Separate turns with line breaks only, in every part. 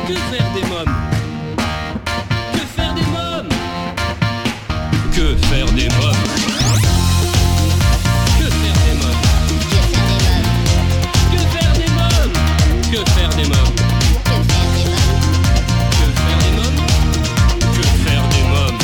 Que faire des mômes? Que faire des mômes? Que faire des mômes? Que faire des mômes? Que faire des mômes? Que faire des mômes? Que faire des mômes? Que faire des mômes?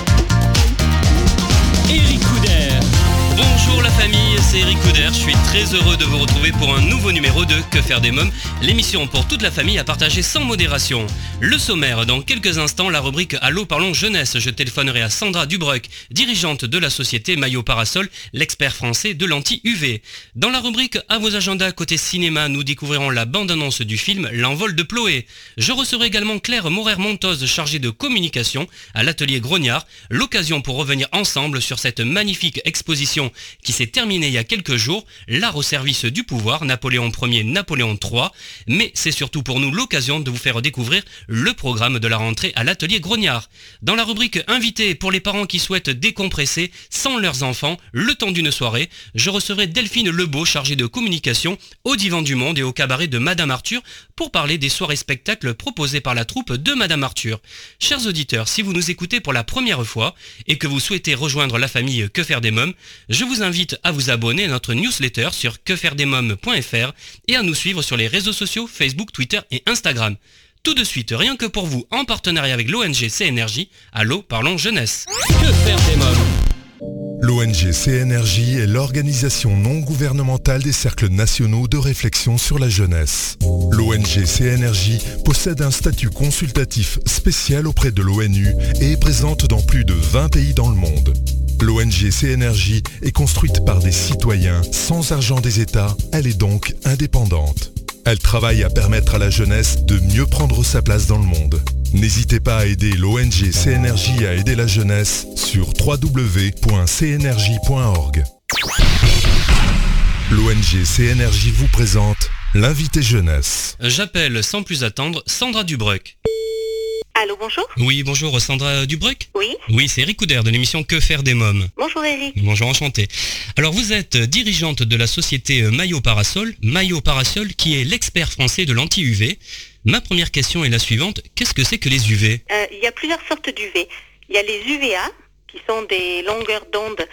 Eric Couder. Bonjour la famille, c'est Eric Couder. Je suis très heureux de vous retrouver pour un nouveau numéro de Que faire des mômes, l'émission pour toute la famille à partager sans modération. Le sommaire, dans quelques instants, la rubrique Allô parlons jeunesse. Je téléphonerai à Sandra Dubruck, dirigeante de la société Maillot Parasol, l'expert français de l'anti-UV. Dans la rubrique À vos agendas côté cinéma, nous découvrirons la bande-annonce du film L'envol de Ploé. Je recevrai également Claire Morer-Montoz, chargée de communication à l'atelier Grognard, l'occasion pour revenir ensemble sur cette magnifique exposition qui s'est terminée il y a quelques jours, l'art au service du pouvoir, Napoléon Ier, Napoléon III, mais c'est surtout pour nous l'occasion de vous faire découvrir le programme de la rentrée à l'atelier Grognard. Dans la rubrique Invité pour les parents qui souhaitent décompresser sans leurs enfants le temps d'une soirée, je recevrai Delphine Lebeau, chargée de communication au Divan du Monde et au cabaret de Madame Arthur pour parler des soirées spectacles proposées par la troupe de Madame Arthur. Chers auditeurs, si vous nous écoutez pour la première fois et que vous souhaitez rejoindre la famille Que faire des mômes, je vous invite à vous abonner à notre newsletter sur quefairedesmômes.fr et à nous suivre sur les réseaux sociaux Facebook, Twitter et Instagram. Tout de suite, rien que pour vous, en partenariat avec l'ONG CNRJ, Allô parlons jeunesse. Que faire des mômes?
L'ONG CNRJ est l'organisation non gouvernementale des cercles nationaux de réflexion sur la jeunesse. L'ONG CNRJ possède un statut consultatif spécial auprès de l'ONU et est présente dans plus de 20 pays dans le monde. L'ONG CNRJ est construite par des citoyens sans argent des États, elle est donc indépendante. Elle travaille à permettre à la jeunesse de mieux prendre sa place dans le monde. N'hésitez pas à aider l'ONG CNRJ à aider la jeunesse sur www.cnrj.org. L'ONG CNRJ vous présente l'invité jeunesse.
J'appelle sans plus attendre Sandra Dubruck.
Allô, bonjour.
Oui, bonjour Sandra Dubruck.
Oui.
Oui, c'est Eric Couder de l'émission Que faire des mômes.
Bonjour Eric.
Bonjour, enchanté. Alors vous êtes dirigeante de la société Maillot Parasol qui est l'expert français de l'anti-UV. Ma première question est la suivante, qu'est-ce que c'est que les UV?
Il y a plusieurs sortes d'UV. Il y a les UVA, qui sont des longueurs d'onde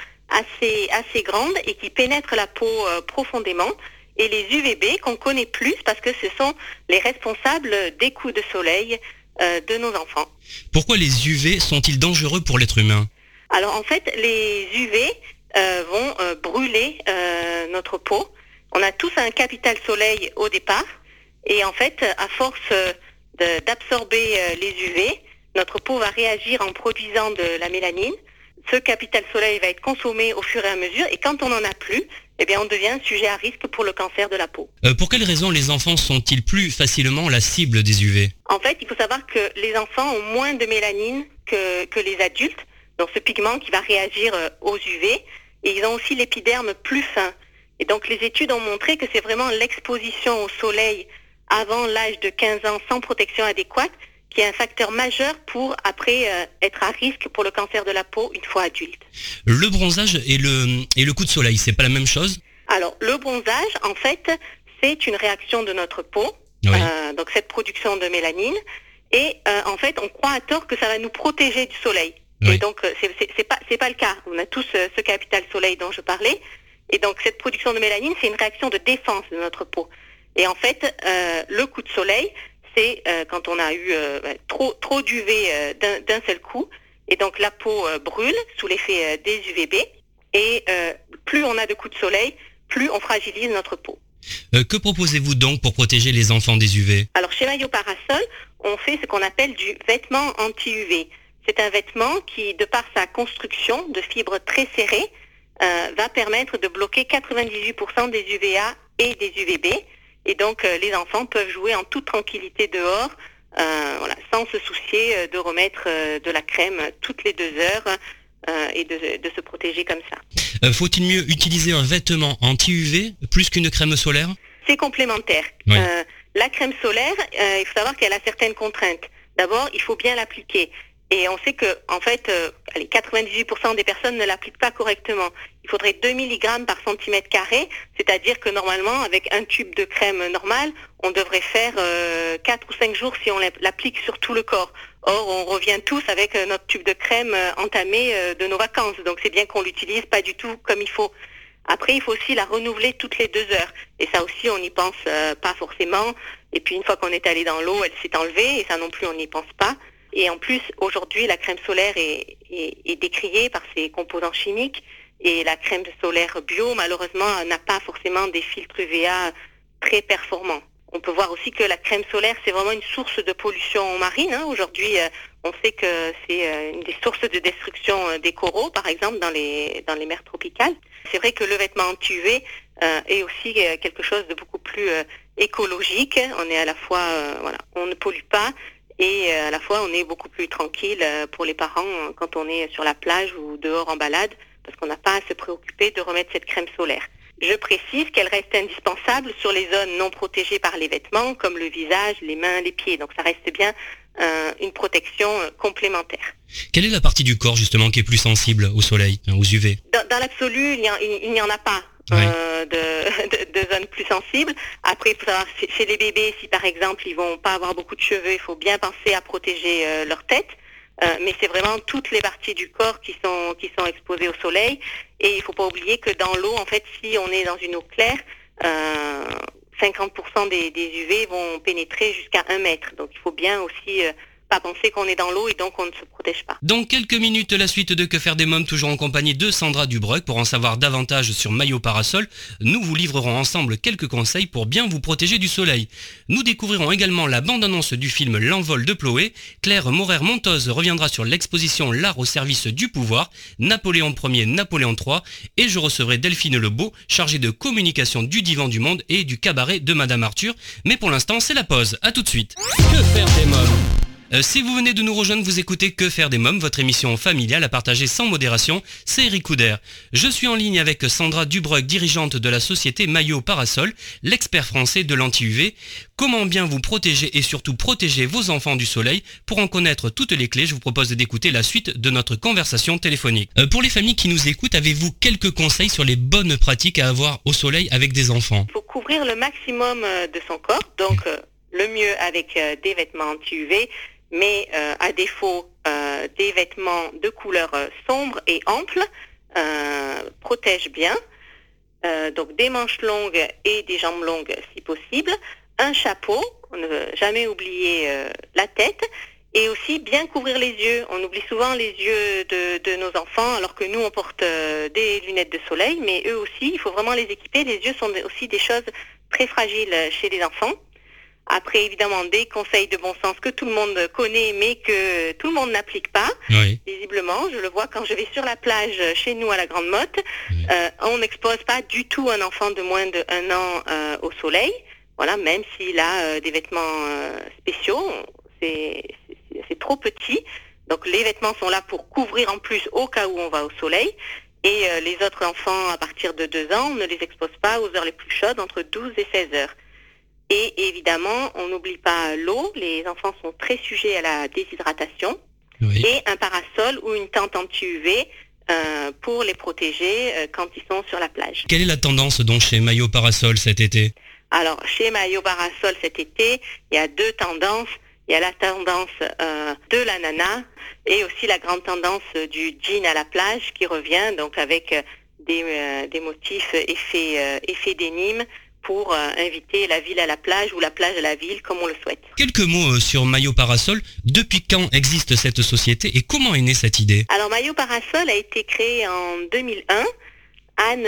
assez grandes et qui pénètrent la peau profondément. Et les UVB qu'on connaît plus parce que ce sont les responsables des coups de soleil de nos enfants.
Pourquoi les UV sont-ils dangereux pour l'être humain?
Alors en fait, les UV vont brûler notre peau. On a tous un capital soleil au départ et en fait, à force d'absorber les UV, notre peau va réagir en produisant de la mélanine. Ce capital soleil va être consommé au fur et à mesure et quand on n'en a plus, eh bien on devient sujet à risque pour le cancer de la peau.
Pour quelles raisons les enfants sont-ils plus facilement la cible des UV?
En fait, il faut savoir que les enfants ont moins de mélanine que les adultes, donc ce pigment qui va réagir aux UV, et ils ont aussi l'épiderme plus fin. Et donc les études ont montré que c'est vraiment l'exposition au soleil avant l'âge de 15 ans sans protection adéquate qui est un facteur majeur pour après être à risque pour le cancer de la peau une fois adulte.
Le bronzage et le coup de soleil, c'est pas la même chose?
Alors le bronzage, en fait, c'est une réaction de notre peau,
oui.
Donc cette production de mélanine, et en fait on croit à tort que ça va nous protéger du soleil.
Oui.
Et donc c'est pas le cas. On a tous ce capital soleil dont je parlais, et donc cette production de mélanine, c'est une réaction de défense de notre peau. Et en fait, le coup de soleil, c'est quand on a eu trop d'UV d'un seul coup, et donc la peau brûle sous l'effet des UVB, et plus on a de coups de soleil, plus on fragilise notre peau.
Que proposez-vous donc pour protéger les enfants des UV?
Alors chez Maillot Parasol, on fait ce qu'on appelle du vêtement anti-UV. C'est un vêtement qui, de par sa construction de fibres très serrées, va permettre de bloquer 98% des UVA et des UVB. Et donc les enfants peuvent jouer en toute tranquillité dehors, sans se soucier de remettre de la crème toutes les 2 heures et de se protéger comme ça.
Faut-il mieux utiliser un vêtement anti-UV plus qu'une crème solaire?
C'est complémentaire.
Oui.
La crème solaire, il faut savoir qu'elle a certaines contraintes. D'abord, il faut bien l'appliquer. Et on sait que, en fait, 98% des personnes ne l'appliquent pas correctement. Il faudrait 2 mg par centimètre carré, c'est-à-dire que normalement, avec un tube de crème normale, on devrait faire 4 ou 5 jours si on l'applique sur tout le corps. Or, on revient tous avec notre tube de crème entamé de nos vacances. Donc, c'est bien qu'on l'utilise pas du tout comme il faut. Après, il faut aussi la renouveler toutes les 2 heures. Et ça aussi, on n'y pense pas forcément. Et puis, une fois qu'on est allé dans l'eau, elle s'est enlevée. Et ça non plus, on n'y pense pas. Et en plus, aujourd'hui, la crème solaire est décriée par ses composants chimiques. Et la crème solaire bio, malheureusement, n'a pas forcément des filtres UVA très performants. On peut voir aussi que la crème solaire, c'est vraiment une source de pollution marine. Aujourd'hui, on sait que c'est une des sources de destruction des coraux, par exemple, dans les mers tropicales. C'est vrai que le vêtement anti-UV est aussi quelque chose de beaucoup plus écologique. On est à la fois, on ne pollue pas. Et à la fois, on est beaucoup plus tranquille pour les parents quand on est sur la plage ou dehors en balade, parce qu'on n'a pas à se préoccuper de remettre cette crème solaire. Je précise qu'elle reste indispensable sur les zones non protégées par les vêtements, comme le visage, les mains, les pieds. Donc ça reste bien une protection complémentaire.
Quelle est la partie du corps justement qui est plus sensible au soleil, aux UV ?
Dans l'absolu, il n'y en a pas. De zones plus sensibles. Après, il faut savoir, chez les bébés, si par exemple ils vont pas avoir beaucoup de cheveux, il faut bien penser à protéger leur tête. Mais c'est vraiment toutes les parties du corps qui sont exposées au soleil. Et il faut pas oublier que dans l'eau, en fait, si on est dans une eau claire, 50% des UV vont pénétrer jusqu'à 1 mètre. Donc il faut bien aussi pas penser qu'on est dans l'eau et donc on ne se protège pas.
Dans quelques minutes, la suite de Que faire des mômes, toujours en compagnie de Sandra Dubreuil. Pour en savoir davantage sur Maillot Parasol, nous vous livrerons ensemble quelques conseils pour bien vous protéger du soleil. Nous découvrirons également la bande-annonce du film L'envol de Ploé. Claire Morer-Montoz reviendra sur l'exposition L'art au service du pouvoir, Napoléon Ier, Napoléon III, et je recevrai Delphine Lebeau, chargée de communication du Divan du Monde et du cabaret de Madame Arthur. Mais pour l'instant, c'est la pause. À tout de suite. Que faire des mômes ? Si vous venez de nous rejoindre, vous écoutez Que faire des mômes, votre émission familiale à partager sans modération, c'est Eric Couder. Je suis en ligne avec Sandra Dubreuil, dirigeante de la société Maillot Parasol, l'expert français de l'anti-UV. Comment bien vous protéger et surtout protéger vos enfants du soleil? Pour en connaître toutes les clés, je vous propose d'écouter la suite de notre conversation téléphonique. Pour les familles qui nous écoutent, avez-vous quelques conseils sur les bonnes pratiques à avoir au soleil avec des enfants?
Il faut couvrir le maximum de son corps, donc le mieux avec des vêtements anti-UV, mais à défaut des vêtements de couleur sombre et ample, protège bien. Donc des manches longues et des jambes longues si possible, un chapeau, on ne veut jamais oublier la tête, et aussi bien couvrir les yeux. On oublie souvent les yeux de nos enfants, alors que nous on porte des lunettes de soleil, mais eux aussi, il faut vraiment les équiper. Les yeux sont aussi des choses très fragiles chez les enfants. Après, évidemment, des conseils de bon sens que tout le monde connaît, mais que tout le monde n'applique pas.
Oui.
Visiblement, je le vois quand je vais sur la plage chez nous à la Grande Motte. Oui. On n'expose pas du tout un enfant de moins de 1 an au soleil. Voilà, même s'il a des vêtements spéciaux, c'est trop petit. Donc les vêtements sont là pour couvrir en plus au cas où on va au soleil. Et les autres enfants à partir de 2 ans, on ne les expose pas aux heures les plus chaudes, entre 12 et 16 heures. Et évidemment, on n'oublie pas l'eau. Les enfants sont très sujets à la déshydratation. Oui. Et un parasol ou une tente anti-UV pour les protéger quand ils sont sur la plage.
Quelle est la tendance donc chez Maillot Parasol cet été?
Alors, chez Maillot Parasol cet été, il y a 2 tendances. Il y a la tendance de l'ananas et aussi la grande tendance du jean à la plage qui revient, donc avec des motifs effets d'énigme, pour inviter la ville à la plage ou la plage à la ville, comme on le souhaite.
Quelques mots sur Maillot Parasol. Depuis quand existe cette société et comment est née cette idée?
Alors Maillot Parasol a été créé en 2001. Anne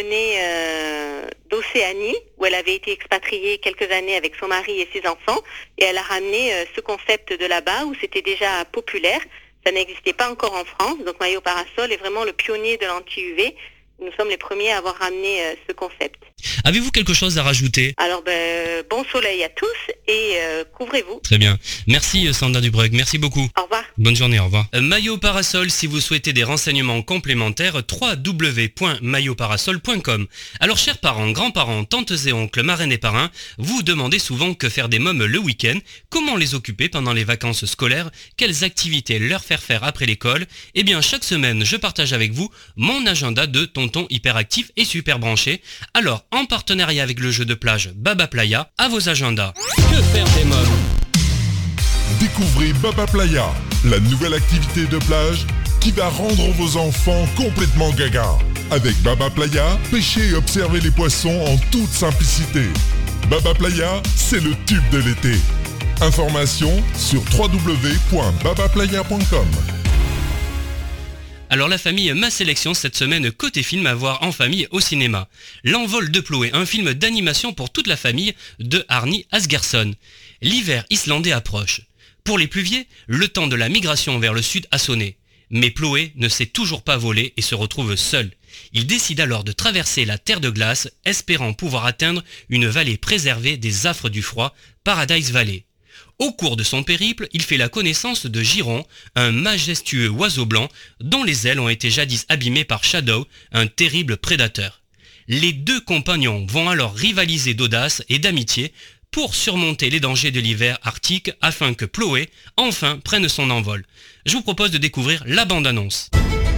revenait d'Océanie, où elle avait été expatriée quelques années avec son mari et ses enfants, et elle a ramené ce concept de là-bas, où c'était déjà populaire. Ça n'existait pas encore en France, donc Maillot Parasol est vraiment le pionnier de l'anti-UV. Nous sommes les premiers à avoir ramené ce concept.
Avez-vous quelque chose à rajouter?
Alors, bon soleil à tous et couvrez-vous.
Très bien. Merci Sandra Dubreuil, merci beaucoup.
Au revoir.
Bonne journée, au revoir. Maillot Parasol, si vous souhaitez des renseignements complémentaires, www.maillotparasol.com. Alors chers parents, grands-parents, tantes et oncles, marraines et parrains, vous demandez souvent que faire des mômes le week-end, comment les occuper pendant les vacances scolaires, quelles activités leur faire après l'école. Eh bien chaque semaine, je partage avec vous mon agenda de tonton hyperactif et super branché. Alors, en partenariat avec le jeu de plage Baba Playa, à vos agendas. Que faire des mômes ?
Découvrez Baba Playa, la nouvelle activité de plage qui va rendre vos enfants complètement gaga. Avec Baba Playa, pêchez et observez les poissons en toute simplicité. Baba Playa, c'est le tube de l'été. Informations sur www.babaplaya.com.
Alors la famille, ma sélection cette semaine côté film à voir en famille au cinéma. L'envol de Ploé, un film d'animation pour toute la famille de Arni Asgeirsson. L'hiver islandais approche. Pour les pluviers, le temps de la migration vers le sud a sonné. Mais Ploé ne sait toujours pas voler et se retrouve seul. Il décide alors de traverser la terre de glace, espérant pouvoir atteindre une vallée préservée des affres du froid, Paradise Valley. Au cours de son périple, il fait la connaissance de Giron, un majestueux oiseau blanc dont les ailes ont été jadis abîmées par Shadow, un terrible prédateur. Les deux compagnons vont alors rivaliser d'audace et d'amitié pour surmonter les dangers de l'hiver arctique afin que Ploé enfin prenne son envol. Je vous propose de découvrir la bande-annonce.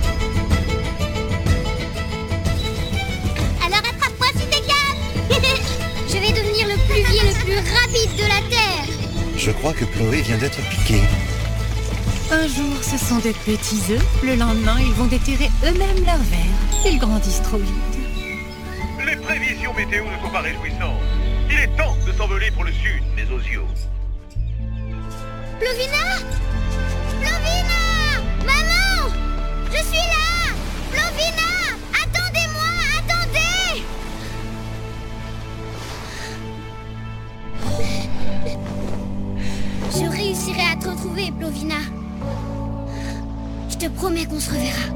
Alors attrape-moi si t'es calme. Je vais devenir le pluvier le plus rapide de la Terre.
Je crois que Ploé vient d'être piqué.
Un jour, ce sont de petits œufs. Le lendemain, ils vont déterrer eux-mêmes leurs vers. Ils grandissent trop vite.
Les prévisions météo ne sont pas réjouissantes. Il est temps de s'envoler pour le sud, mes osios.
Plovina! Plovina! Maman! Je suis là! Plovina! Attendez-moi! Attendez! Je réussirai à te retrouver, Plovina. Je te promets qu'on se reverra.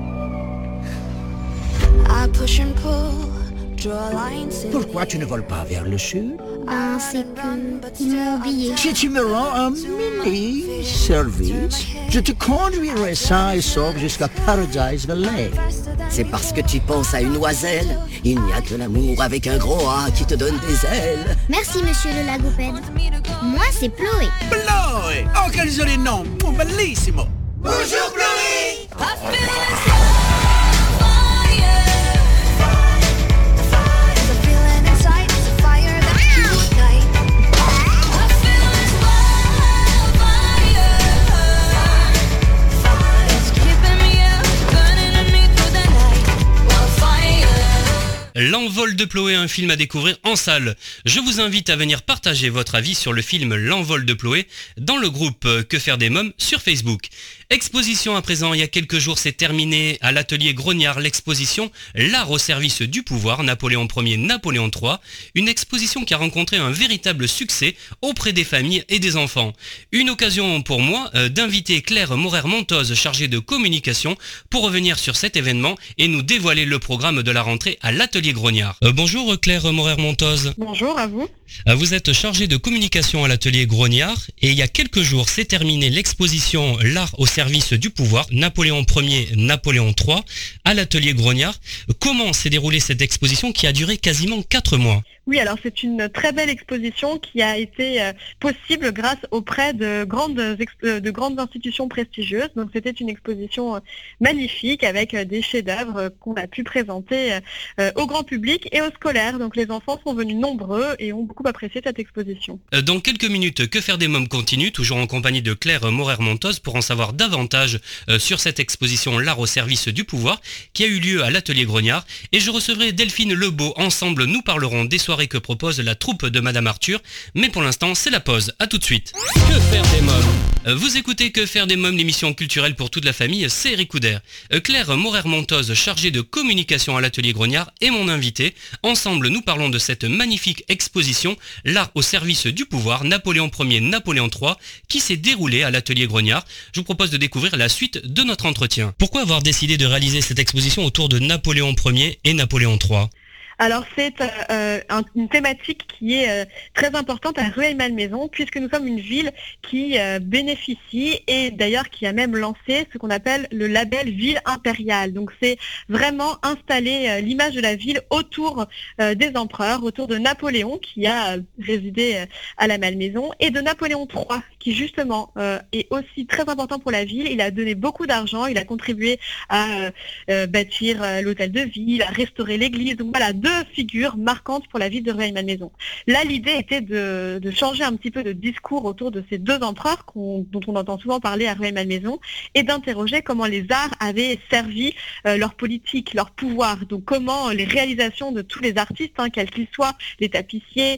Pourquoi tu ne voles pas vers le sud?
Ah, c'est que... ils m'ont oublié.
Si tu me rends un mini service, je te conduirai sain et sauf jusqu'à Paradise Valley.
C'est parce que tu penses à une oiselle. Il n'y a que l'amour avec un gros A qui te donne des ailes.
Merci, monsieur le lagopède. Moi, c'est Ploé.
Ploé! Oh, quel joli nom! Bellissimo!
Bonjour, Ploé!
L'envol de Ploé, un film à découvrir en salle. Je vous invite à venir partager votre avis sur le film L'envol de Ploé dans le groupe Que faire des mômes sur Facebook. Exposition à présent, il y a quelques jours s'est terminée à l'atelier Grognard l'exposition L'art au service du pouvoir, Napoléon Ier, Napoléon III. Une exposition qui a rencontré un véritable succès auprès des familles et des enfants. Une occasion pour moi d'inviter Claire Morer-Montoz, chargée de communication, pour revenir sur cet événement et nous dévoiler le programme de la rentrée à l'atelier Grognard. Bonjour Claire Morer-Montoz.
Bonjour à vous.
Vous êtes chargée de communication à l'atelier Grognard et il y a quelques jours s'est terminée l'exposition L'art au service du pouvoir, Napoléon Ier, Napoléon III, à l'atelier Grognard. Comment s'est déroulée cette exposition qui a duré quasiment 4 mois ?
Oui, alors c'est une très belle exposition qui a été possible grâce auprès de grandes institutions prestigieuses. Donc c'était une exposition magnifique avec des chefs-d'œuvre qu'on a pu présenter au grand public et aux scolaires. Donc les enfants sont venus nombreux et ont beaucoup apprécié cette exposition.
Dans quelques minutes, Que faire des mômes continue, toujours en compagnie de Claire Morer-Montoz pour en savoir davantage sur cette exposition L'art au service du pouvoir qui a eu lieu à l'atelier Grognard. Et je recevrai Delphine Lebeau. Ensemble, nous parlerons des soirées que propose la troupe de Madame Arthur. Mais pour l'instant, c'est la pause. À tout de suite. Que faire des mômes ? Vous écoutez Que faire des mômes, l'émission culturelle pour toute la famille, c'est Eric Couder. Claire Morer-Montoz, chargée de communication à l'atelier Grognard, est mon invitée. Ensemble, nous parlons de cette magnifique exposition, L'art au service du pouvoir, Napoléon Ier, Napoléon III, qui s'est déroulée à l'atelier Grognard. Je vous propose de découvrir la suite de notre entretien. Pourquoi avoir décidé de réaliser cette exposition autour de Napoléon Ier et Napoléon III ?
Alors c'est une thématique qui est très importante à Rueil-Malmaison, puisque nous sommes une ville qui bénéficie et d'ailleurs qui a même lancé ce qu'on appelle le label Ville Impériale. Donc c'est vraiment installer l'image de la ville autour des empereurs, autour de Napoléon qui a résidé à la Malmaison et de Napoléon III qui justement est aussi très important pour la ville. Il a donné beaucoup d'argent, il a contribué à bâtir l'hôtel de ville, à restaurer l'église. Donc voilà, deux figures marquantes pour la ville de Rueil-Malmaison. Là, l'idée était de changer un petit peu de discours autour de ces deux empereurs dont on entend souvent parler à Rueil-Malmaison et d'interroger comment les arts avaient servi leur politique, leur pouvoir. Donc comment les réalisations de tous les artistes, quels qu'ils soient, les tapissiers,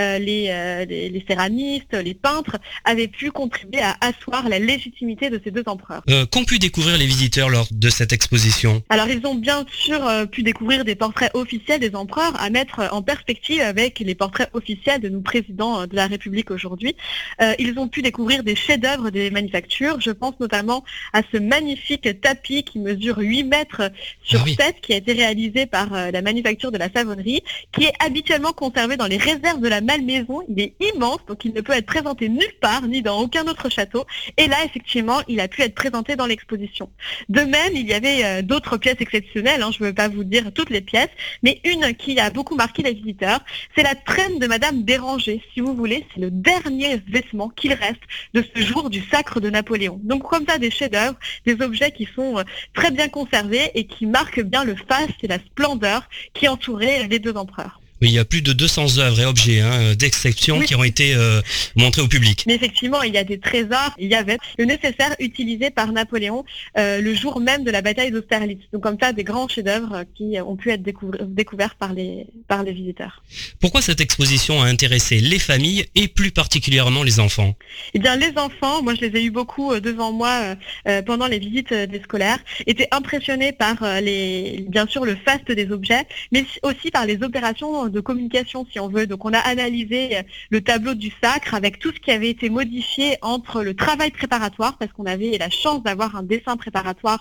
les céramistes, les peintres, avaient pu contribuer à asseoir la légitimité de ces deux empereurs.
Qu'ont pu découvrir les visiteurs lors de cette exposition ?
Alors ils ont bien sûr pu découvrir des portraits officiels des empereurs à mettre en perspective avec les portraits officiels de nos présidents de la République aujourd'hui. Ils ont pu découvrir des chefs-d'œuvre des manufactures. Je pense notamment à ce magnifique tapis qui mesure 8 mètres sur 7, qui a été réalisé par la manufacture de la Savonnerie, qui est habituellement conservé dans les réserves de la Malmaison. Il est immense, donc il ne peut être présenté nulle part, ni dans aucun autre château. Et là, effectivement, il a pu être présenté dans l'exposition. De même, il y avait d'autres pièces exceptionnelles, je ne veux pas vous dire toutes les pièces, mais une qui a beaucoup marqué les visiteurs, c'est la traîne de Madame Béranger. Si vous voulez, c'est le dernier vêtement qu'il reste de ce jour du sacre de Napoléon. Donc comme ça, des chefs-d'œuvre, des objets qui sont très bien conservés et qui marquent bien le faste et la splendeur qui entourait les deux empereurs.
Oui, il y a plus de 200 œuvres et objets d'exception qui ont été montrés au public.
Mais effectivement, il y a des trésors. Il y avait le nécessaire utilisé par Napoléon le jour même de la bataille d'Austerlitz. Donc comme ça, des grands chefs-d'œuvre qui ont pu être découverts par les visiteurs.
Pourquoi cette exposition a intéressé les familles et plus particulièrement les enfants ?
Eh bien, les enfants, moi je les ai eu beaucoup devant moi pendant les visites des scolaires, étaient impressionnés par bien sûr le faste des objets, mais aussi par les opérations de communication, si on veut. Donc on a analysé le tableau du sacre avec tout ce qui avait été modifié entre le travail préparatoire, parce qu'on avait la chance d'avoir un dessin préparatoire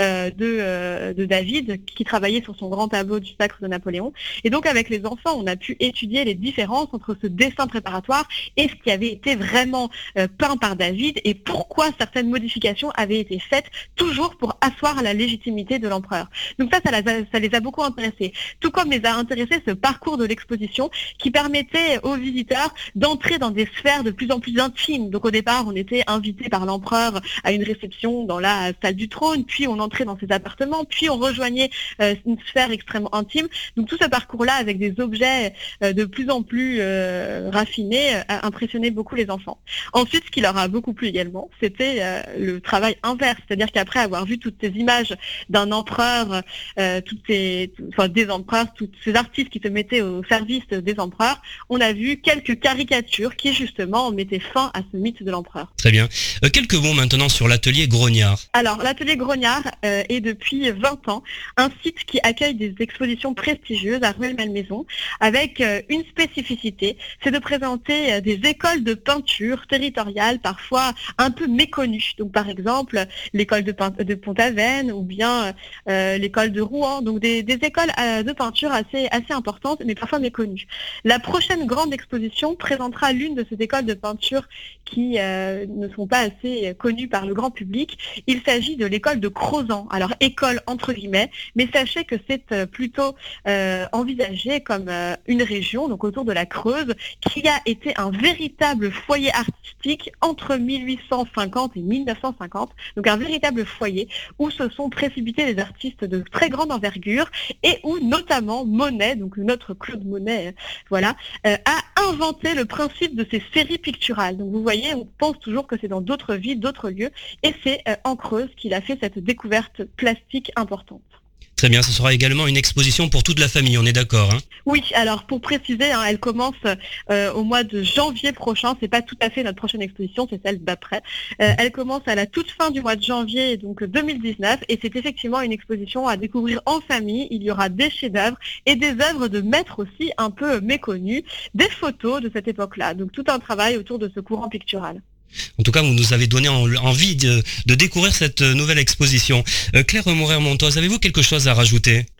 de David qui travaillait sur son grand tableau du sacre de Napoléon. Et donc avec les enfants, on a pu étudier les différences entre ce dessin préparatoire et ce qui avait été vraiment peint par David et pourquoi certaines modifications avaient été faites toujours pour asseoir la légitimité de l'empereur. Donc ça les a beaucoup intéressés. Tout comme les a intéressés ce parcours de l'exposition qui permettait aux visiteurs d'entrer dans des sphères de plus en plus intimes. Donc au départ, on était invité par l'empereur à une réception dans la salle du trône, puis on entrait dans ses appartements, puis on rejoignait une sphère extrêmement intime. Donc tout ce parcours-là avec des objets de plus en plus raffinés a impressionné beaucoup les enfants. Ensuite, ce qui leur a beaucoup plu également, c'était le travail inverse, c'est-à-dire qu'après avoir vu toutes ces images d'un empereur, des empereurs, tous ces artistes qui se mettaient au service des empereurs, on a vu quelques caricatures qui justement mettaient fin à ce mythe de l'empereur.
Très bien. Quelques mots maintenant sur l'atelier Grognard.
Alors l'atelier Grognard est depuis 20 ans un site qui accueille des expositions prestigieuses à Rueil-Malmaison avec une spécificité, c'est de présenter des écoles de peinture territoriales parfois un peu méconnues. Donc par exemple l'école de Pont-Aven ou bien l'école de Rouen, donc des écoles de peinture assez importantes mais parfois méconnues. La prochaine grande exposition présentera l'une de ces écoles de peinture qui ne sont pas assez connues par le grand public. Il s'agit de l'école de Crozant. Alors école entre guillemets, mais sachez que c'est plutôt envisagé comme une région, donc autour de la Creuse, qui a été un véritable foyer artistique entre 1850 et 1950, donc un véritable foyer où se sont précipités des artistes de très grande envergure et où notamment Monet, donc notre Claude Monet, a inventé le principe de ces séries picturales. Donc vous voyez, on pense toujours que c'est dans d'autres villes, d'autres lieux, et c'est en Creuse qu'il a fait cette découverte plastique importante.
Très bien, ce sera également une exposition pour toute la famille, on est d'accord
Oui, alors pour préciser, elle commence au mois de janvier prochain, c'est pas tout à fait notre prochaine exposition, c'est celle d'après. Elle commence à la toute fin du mois de janvier, donc 2019, et c'est effectivement une exposition à découvrir en famille. Il y aura des chefs-d'œuvre et des œuvres de maîtres aussi un peu méconnus, des photos de cette époque-là, donc tout un travail autour de ce courant pictural.
En tout cas, vous nous avez donné envie de découvrir cette nouvelle exposition. Claire Morer-Montoise, avez-vous quelque chose à rajouter ?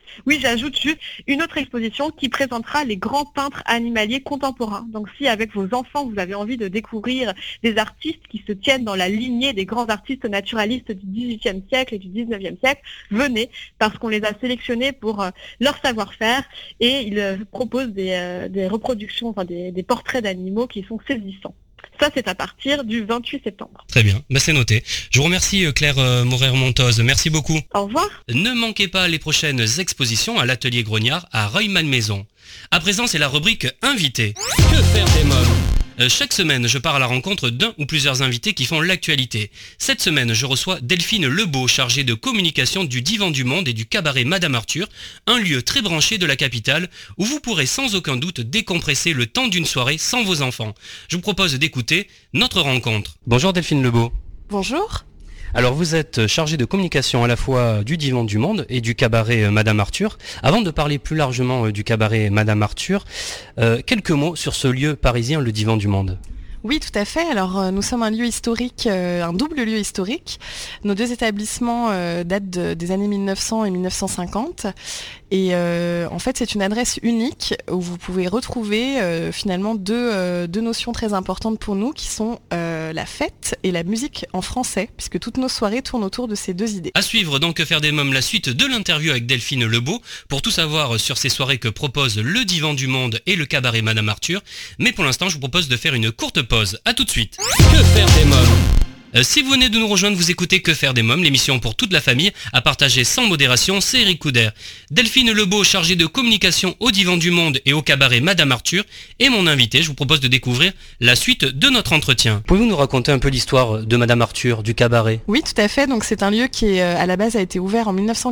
Oui, j'ajoute juste une autre exposition qui présentera les grands peintres animaliers contemporains. Donc si avec vos enfants, vous avez envie de découvrir des artistes qui se tiennent dans la lignée des grands artistes naturalistes du XVIIIe siècle et du XIXe siècle, venez, parce qu'on les a sélectionnés pour leur savoir-faire et ils proposent des reproductions, enfin des portraits d'animaux qui sont saisissants. Ça, c'est à partir du 28 septembre.
Très bien, c'est noté. Je vous remercie Claire Morer-Montoz, merci beaucoup.
Au revoir.
Ne manquez pas les prochaines expositions à l'Atelier Grognard à Rueil-Malmaison. À présent, c'est la rubrique Invité. Que faire des mômes ? Chaque semaine, je pars à la rencontre d'un ou plusieurs invités qui font l'actualité. Cette semaine, je reçois Delphine Lebeau, chargée de communication du Divan du Monde et du cabaret Madame Arthur, un lieu très branché de la capitale où vous pourrez sans aucun doute décompresser le temps d'une soirée sans vos enfants. Je vous propose d'écouter notre rencontre. Bonjour Delphine Lebeau.
Bonjour.
Alors vous êtes chargée de communication à la fois du Divan du Monde et du cabaret Madame Arthur. Avant de parler plus largement du cabaret Madame Arthur, quelques mots sur ce lieu parisien, le Divan du Monde.
Oui, tout à fait. Alors, nous sommes un lieu historique, un double lieu historique. Nos deux établissements datent des années 1900 et 1950. Et en fait, c'est une adresse unique où vous pouvez retrouver finalement deux notions très importantes pour nous qui sont la fête et la musique en français, puisque toutes nos soirées tournent autour de ces deux idées.
À suivre donc Que faire des mômes, la suite de l'interview avec Delphine Lebeau pour tout savoir sur ces soirées que proposent le Divan du Monde et le cabaret Madame Arthur. Mais pour l'instant, je vous propose de faire une courte pause. A tout de suite. Que faire des mômes ? Si vous venez de nous rejoindre, vous écoutez Que faire des mômes, l'émission pour toute la famille, à partager sans modération, c'est Eric Couder. Delphine Lebeau, chargée de communication au Divan du Monde et au cabaret Madame Arthur, est mon invité. Je vous propose de découvrir la suite de notre entretien. Pouvez-vous nous raconter un peu l'histoire de Madame Arthur, du cabaret ?
Oui, tout à fait. Donc c'est un lieu qui, à la base, a été ouvert en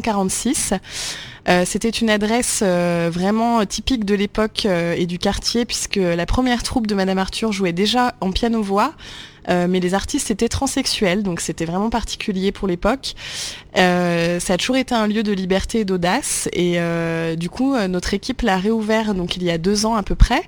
1946. C'était une adresse vraiment typique de l'époque et du quartier, puisque la première troupe de Madame Arthur jouait déjà en piano-voix, mais les artistes étaient transsexuels, donc c'était vraiment particulier pour l'époque. Ça a toujours été un lieu de liberté et d'audace, et du coup notre équipe l'a réouvert donc il y a 2 ans à peu près,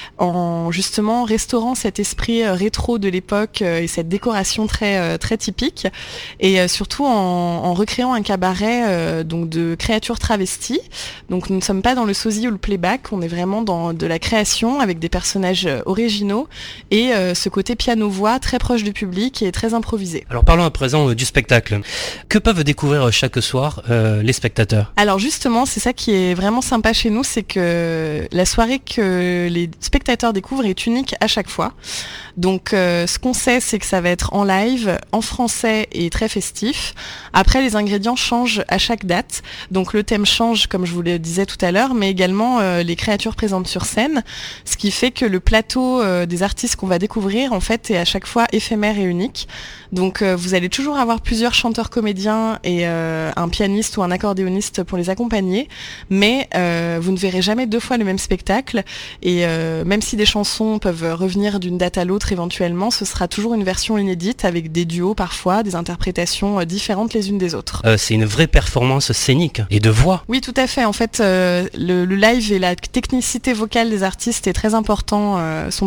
en justement restaurant cet esprit rétro de l'époque et cette décoration très typique, et surtout en recréant un cabaret donc de créatures travesties. Donc nous ne sommes pas dans le sosie ou le playback, on est vraiment dans de la création avec des personnages originaux et ce côté piano-voix très proche du public et très improvisé.
Alors parlons à présent du spectacle. Que peuvent découvrir chaque soir les spectateurs ?
Alors justement, c'est ça qui est vraiment sympa chez nous, c'est que la soirée que les spectateurs découvrent est unique à chaque fois. Donc ce qu'on sait, c'est que ça va être en live, en français et très festif. Après, les ingrédients changent à chaque date. Donc le thème change, comme je vous le disais tout à l'heure, mais également les créatures présentes sur scène. Ce qui fait que le plateau des artistes qu'on va découvrir, en fait, est à chaque fois éphémère et unique. Donc vous allez toujours avoir plusieurs chanteurs comédiens et un pianiste ou un accordéoniste pour les accompagner. Mais vous ne verrez jamais 2 fois le même spectacle. Et même si des chansons peuvent revenir d'une date à l'autre éventuellement, ce sera toujours une version inédite avec des duos parfois, des interprétations différentes les unes des autres.
C'est une vraie performance scénique et de voix.
Oui, tout à fait. En fait, le live et la technicité vocale des artistes sont très importants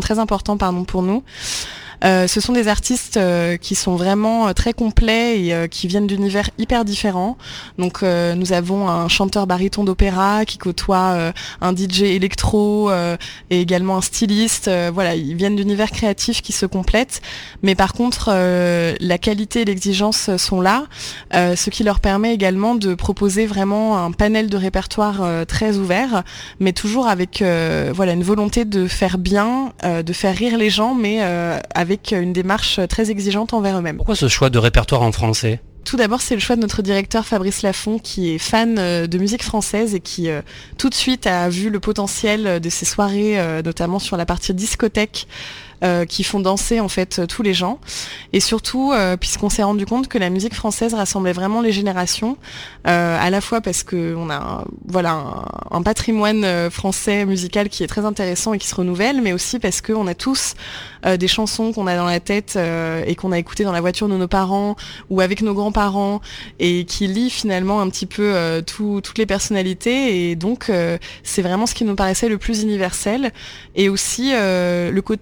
pour nous. Ce sont des artistes qui sont vraiment très complets et qui viennent d'univers hyper différents. Donc nous avons un chanteur baryton d'opéra qui côtoie un DJ électro et également un styliste. Voilà, ils viennent d'univers créatifs qui se complètent. Mais par contre, la qualité et l'exigence sont là, ce qui leur permet également de proposer vraiment un panel de répertoire très ouvert, mais toujours avec une volonté de faire bien, de faire rire les gens, mais avec une démarche très exigeante envers eux-mêmes.
Pourquoi ce choix de répertoire en français ?
Tout d'abord, c'est le choix de notre directeur Fabrice Lafont, qui est fan de musique française et qui tout de suite a vu le potentiel de ces soirées, notamment sur la partie discothèque, qui font danser en fait tous les gens, et surtout puisqu'on s'est rendu compte que la musique française rassemblait vraiment les générations, à la fois parce que on a un patrimoine français musical qui est très intéressant et qui se renouvelle, mais aussi parce qu'on a tous des chansons qu'on a dans la tête et qu'on a écoutées dans la voiture de nos parents ou avec nos grands-parents, et qui lient finalement un petit peu toutes les personnalités, et donc c'est vraiment ce qui nous paraissait le plus universel, et aussi le côté assez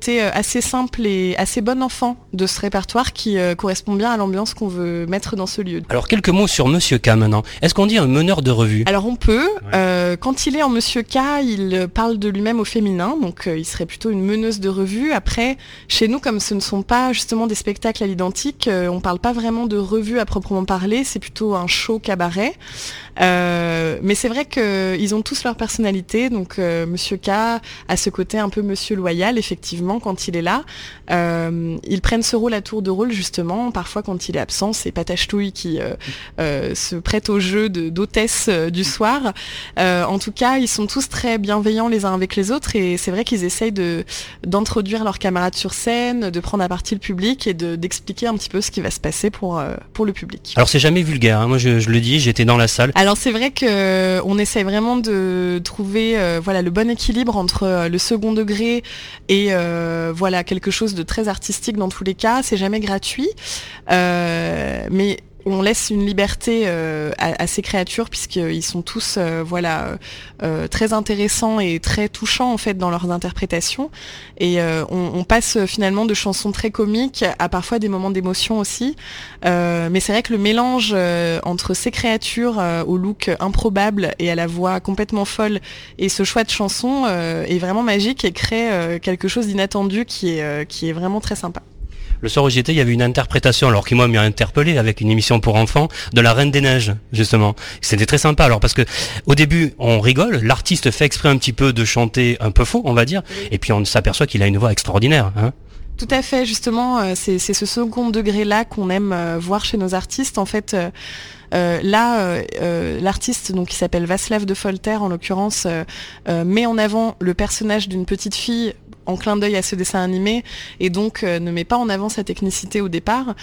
assez simple et assez bon enfant de ce répertoire qui correspond bien à l'ambiance qu'on veut mettre dans ce lieu.
Alors quelques mots sur Monsieur K maintenant. Est-ce qu'on dit un meneur de revue ?
Alors on peut. Quand il est en Monsieur K, il parle de lui-même au féminin, donc il serait plutôt une meneuse de revue. Après, chez nous, comme ce ne sont pas justement des spectacles à l'identique, on parle pas vraiment de revue à proprement parler, c'est plutôt un show cabaret. Mais c'est vrai qu'ils ont tous leur personnalité, donc Monsieur K a ce côté un peu Monsieur Loyal, effectivement, quand il est là. Ils prennent ce rôle à tour de rôle, justement. Parfois, quand il est absent, c'est Patachetouille qui se prête au jeu d'hôtesse du soir. En tout cas, ils sont tous très bienveillants les uns avec les autres, et c'est vrai qu'ils essayent d'introduire leurs camarades sur scène, de prendre à partie le public et d'expliquer un petit peu ce qui va se passer pour le public.
Alors c'est jamais vulgaire, hein. Moi je le dis, j'étais dans la salle.
Alors c'est vrai qu'on essaye vraiment de trouver le bon équilibre entre le second degré et quelque chose de très artistique dans tous les cas. C'est jamais gratuit, mais on laisse une liberté à ces créatures puisqu'ils sont tous très intéressants et très touchants en fait dans leurs interprétations, et on passe finalement de chansons très comiques à parfois des moments d'émotion aussi, mais c'est vrai que le mélange entre ces créatures au look improbable et à la voix complètement folle et ce choix de chansons est vraiment magique et crée quelque chose d'inattendu qui est vraiment très sympa.
Le soir où j'étais, il y avait une interprétation, alors qui moi m'a interpellé avec une émission pour enfants de la Reine des Neiges, justement. C'était très sympa, alors parce que au début on rigole, l'artiste fait exprès un petit peu de chanter un peu faux, on va dire, et puis on s'aperçoit qu'il a une voix extraordinaire, hein.
Tout à fait, justement, c'est ce second degré-là qu'on aime voir chez nos artistes. En fait, l'artiste donc qui s'appelle Václav de Folter, en l'occurrence, met en avant le personnage d'une petite fille en clin d'œil à ce dessin animé, et donc ne met pas en avant sa technicité au départ,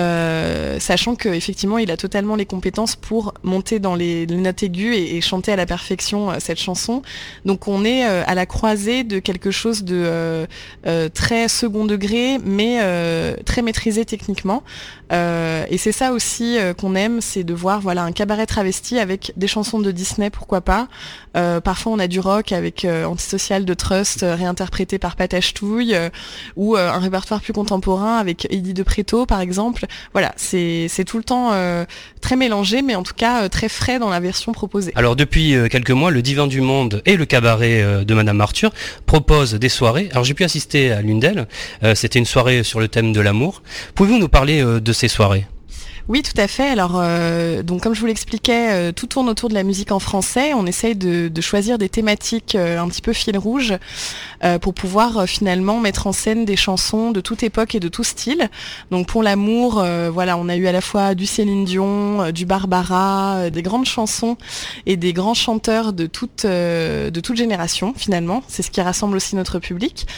sachant qu'effectivement il a totalement les compétences pour monter dans les notes aiguës et chanter à la perfection cette chanson. Donc on est à la croisée de quelque chose de très second degré, mais très maîtrisé techniquement. Et c'est ça aussi qu'on aime, c'est de voir un cabaret travesti avec des chansons de Disney, pourquoi pas. Parfois on a du rock avec Antisocial de Trust réinterprété par Patachetouille, ou un répertoire plus contemporain avec Eddie de Préto par exemple. Voilà, c'est tout le temps très mélangé, mais en tout cas très frais dans la version proposée.
Alors depuis quelques mois, le Divan du Monde et le cabaret de Madame Arthur proposent des soirées. Alors j'ai pu assister à l'une d'elles, c'était une soirée sur le thème de l'amour. Pouvez-vous nous parler de ces soirées ?
Oui, tout à fait. Alors, donc comme je vous l'expliquais, tout tourne autour de la musique en français. On essaye de choisir des thématiques un petit peu fil rouge pour pouvoir finalement mettre en scène des chansons de toute époque et de tout style. Donc pour l'amour, on a eu à la fois du Céline Dion, du Barbara, des grandes chansons et des grands chanteurs de toute génération finalement. C'est ce qui rassemble aussi notre public.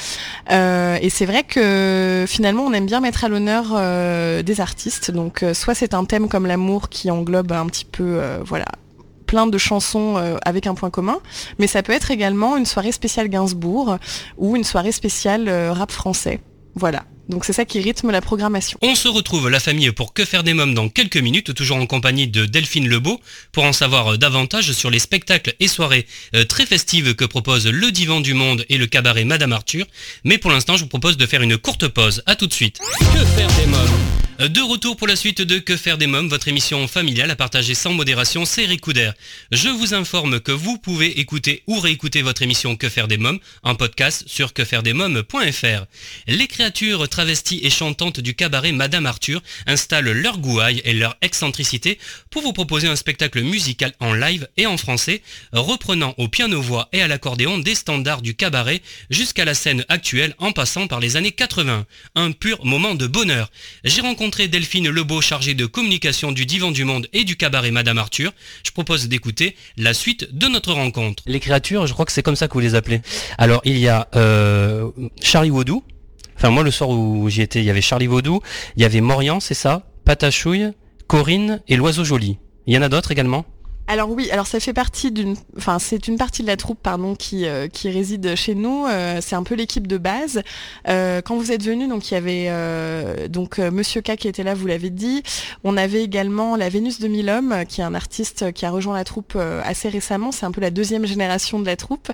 Et c'est vrai que finalement on aime bien mettre à l'honneur des artistes. Donc soit c'est un thème comme l'amour qui englobe un petit peu plein de chansons avec un point commun, mais ça peut être également une soirée spéciale Gainsbourg ou une soirée spéciale rap français. Voilà. Donc c'est ça qui rythme la programmation.
On se retrouve la famille pour Que faire des mômes dans quelques minutes, toujours en compagnie de Delphine Lebeau, pour en savoir davantage sur les spectacles et soirées très festives que proposent le Divan du Monde et le cabaret Madame Arthur. Mais pour l'instant, je vous propose de faire une courte pause. À tout de suite. Que faire des mômes ? De retour pour la suite de Que faire des mômes, votre émission familiale à partager sans modération, c'est Eric Couder. Je vous informe que vous pouvez écouter ou réécouter votre émission Que faire des mômes en podcast sur quefairedesmômes.fr. Les créatures travesties et chantantes du cabaret Madame Arthur installent leur gouaille et leur excentricité pour vous proposer un spectacle musical en live et en français, reprenant au piano-voix et à l'accordéon des standards du cabaret jusqu'à la scène actuelle en passant par les années 80. Un pur moment de bonheur. J'ai rencontré Delphine Lebeau, chargée de communication du Divan du Monde et du cabaret Madame Arthur. Je propose d'écouter la suite de notre rencontre. Les créatures, je crois que c'est comme ça que vous les appelez. Alors il y a Charlie Vaudou. Enfin moi le soir où j'y étais, il y avait Charlie Vaudou, il y avait Morian, c'est ça, Patachouille, Corinne et l'Oiseau Joli. Il y en a d'autres également ?
Alors oui, alors ça fait partie c'est une partie de la troupe qui réside chez nous. C'est un peu l'équipe de base. Quand vous êtes venus, donc il y avait Monsieur K qui était là, vous l'avez dit. On avait également la Vénus de Milhomme, qui est un artiste qui a rejoint la troupe assez récemment. C'est un peu la deuxième génération de la troupe.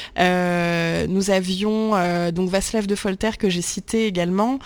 Nous avions donc Václav de Folter que j'ai cité également,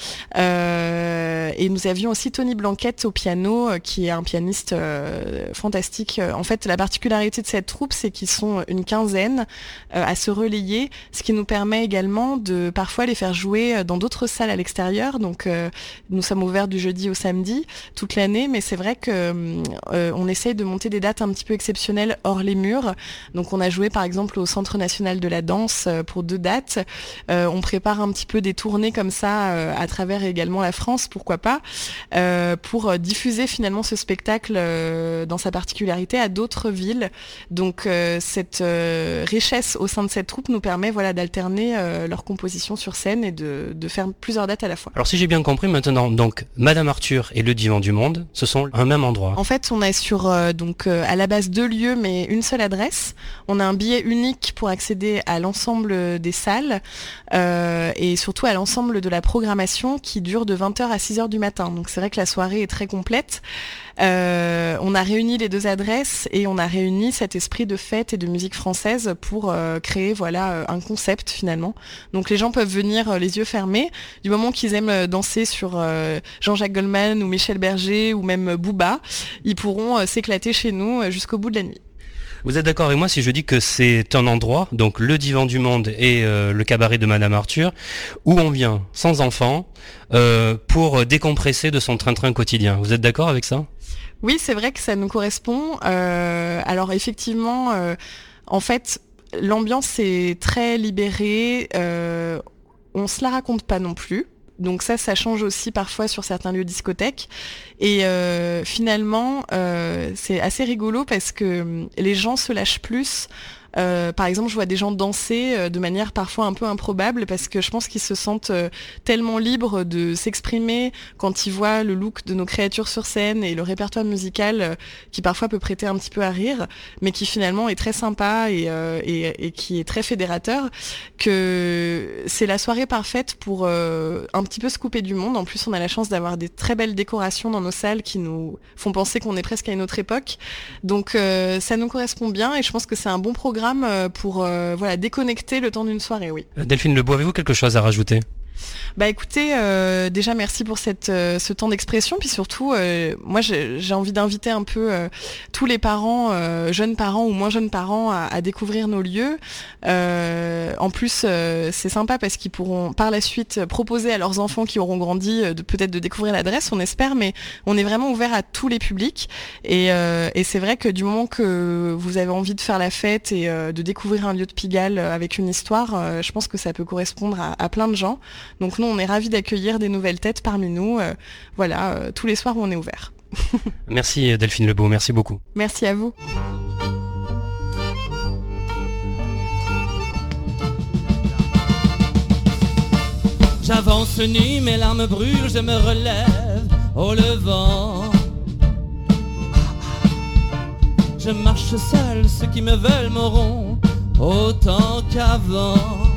et nous avions aussi Tony Blanquette au piano, qui est un pianiste fantastique. En fait, la particularité de cette troupe, c'est qu'ils sont une quinzaine à se relayer, ce qui nous permet également de parfois les faire jouer dans d'autres salles à l'extérieur. Donc, nous sommes ouverts du jeudi au samedi toute l'année, mais c'est vrai que on essaye de monter des dates un petit peu exceptionnelles hors les murs. Donc, on a joué par exemple au Centre national de la danse pour 2 dates. On prépare un petit peu des tournées comme ça à travers également la France, pourquoi pas, pour diffuser finalement ce spectacle dans sa particularité à d'autres villes. Donc cette richesse au sein de cette troupe nous permet d'alterner leur composition sur scène et de faire plusieurs dates à la fois.
Alors si j'ai bien compris maintenant, donc Madame Arthur et le Divan du Monde, ce sont un même endroit.
En fait, on est sur à la base 2 lieux mais une seule adresse. On a un billet unique pour accéder à l'ensemble des salles et surtout à l'ensemble de la programmation qui dure de 20h à 6h du matin. Donc c'est vrai que la soirée est très complète. On a réuni les 2 adresses et on a réuni cet esprit de fête et de musique française pour créer un concept finalement. Donc les gens peuvent venir les yeux fermés, du moment qu'ils aiment danser sur Jean-Jacques Goldman ou Michel Berger ou même Booba, ils pourront s'éclater chez nous jusqu'au bout de la nuit.
Vous êtes d'accord avec moi si je dis que c'est un endroit, donc le Divan du Monde et le cabaret de Madame Arthur, où on vient sans enfant pour décompresser de son train-train quotidien. Vous êtes d'accord avec ça ?
Oui, c'est vrai que ça nous correspond. Alors effectivement, en fait, l'ambiance est très libérée. On se la raconte pas non plus. Donc ça change aussi parfois sur certains lieux discothèques. Et finalement, c'est assez rigolo parce que les gens se lâchent plus. Par exemple, je vois des gens danser de manière parfois un peu improbable parce que je pense qu'ils se sentent tellement libres de s'exprimer quand ils voient le look de nos créatures sur scène et le répertoire musical qui parfois peut prêter un petit peu à rire, mais qui finalement est très sympa et qui est très fédérateur, que c'est la soirée parfaite pour un petit peu se couper du monde. En plus, on a la chance d'avoir des très belles décorations dans nos salles qui nous font penser qu'on est presque à une autre époque. Donc ça nous correspond bien et je pense que c'est un bon programme pour déconnecter le temps d'une soirée, oui.
Delphine Lebeau, avez-vous quelque chose à rajouter ?
Bah écoutez, déjà merci pour ce temps d'expression, puis surtout moi j'ai envie d'inviter un peu tous les parents, jeunes parents ou moins jeunes parents à découvrir nos lieux. En plus c'est sympa parce qu'ils pourront par la suite proposer à leurs enfants qui auront grandi peut-être de découvrir l'adresse, on espère, mais on est vraiment ouvert à tous les publics et c'est vrai que du moment que vous avez envie de faire la fête et de découvrir un lieu de Pigalle avec une histoire, je pense que ça peut correspondre à plein de gens. Donc nous, on est ravis d'accueillir des nouvelles têtes parmi nous. Tous les soirs où on est ouvert.
Merci Delphine Lebeau, merci beaucoup.
Merci à vous.
J'avance nu, mes larmes brûlent, je me relève au levant. Je marche seul, ceux qui me veulent m'auront autant qu'avant.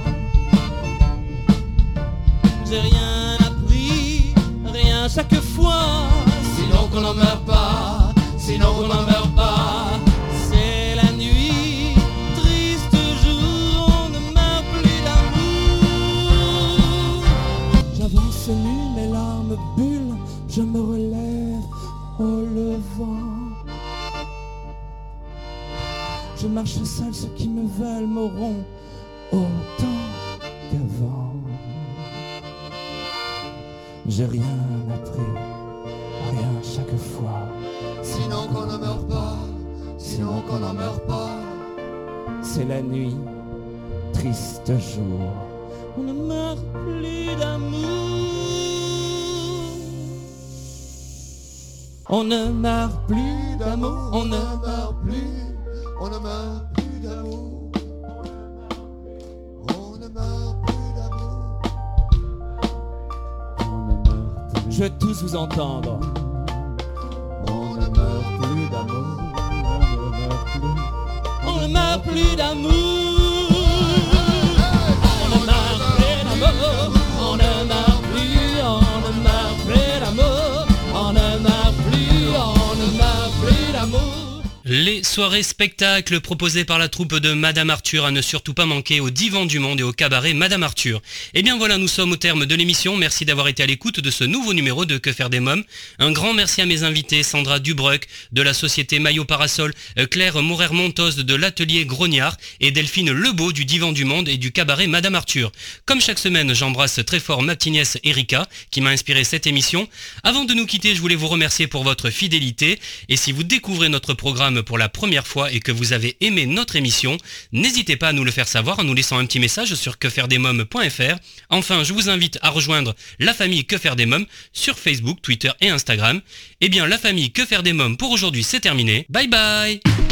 J'ai rien appris, rien chaque fois. Sinon qu'on n'en meurt pas, sinon qu'on n'en meurt pas. C'est la nuit, triste jour, on ne meurt plus d'amour. J'avance nu, mes larmes bullent, je me relève au levant. Je marche seul, ceux qui me veulent m'auront autant qu'avant. J'ai rien appris, rien chaque fois. Sinon qu'on ne meurt pas, sinon qu'on n'en meurt pas. C'est la nuit, triste jour, on ne meurt plus d'amour. On ne meurt plus d'amour, on ne meurt plus, on ne meurt plus d'amour. Je veux tous vous entendre. On ne meurt plus d'amour, on ne meurt
ne meurt plus d'amour. On ne meurt plus d'amour. On ne meurt plus, on ne meurt plus d'amour. On ne meurt plus, on ne meurt plus d'amour.
Les soirées spectacles proposées par la troupe de Madame Arthur à ne surtout pas manquer au Divan du Monde et au cabaret Madame Arthur. Et bien voilà, nous sommes au terme de l'émission. Merci d'avoir été à l'écoute de ce nouveau numéro de Que faire des mômes. Un grand merci à mes invités, Sandra Dubreuc de la société Maillot Parasol, Claire Mourer-Montos de l'atelier Grognard et Delphine Lebeau du Divan du Monde et du cabaret Madame Arthur. Comme chaque semaine, j'embrasse très fort ma petite nièce Erika qui m'a inspiré cette émission. Avant de nous quitter, je voulais vous remercier pour votre fidélité. Et si vous découvrez notre programme pour la première fois et que vous avez aimé notre émission, n'hésitez pas à nous le faire savoir en nous laissant un petit message sur quefairedesmoms.fr. Enfin, je vous invite à rejoindre la famille Que faire des mômes sur Facebook, Twitter et Instagram. Eh bien, la famille Que faire des mômes pour aujourd'hui, c'est terminé. Bye bye.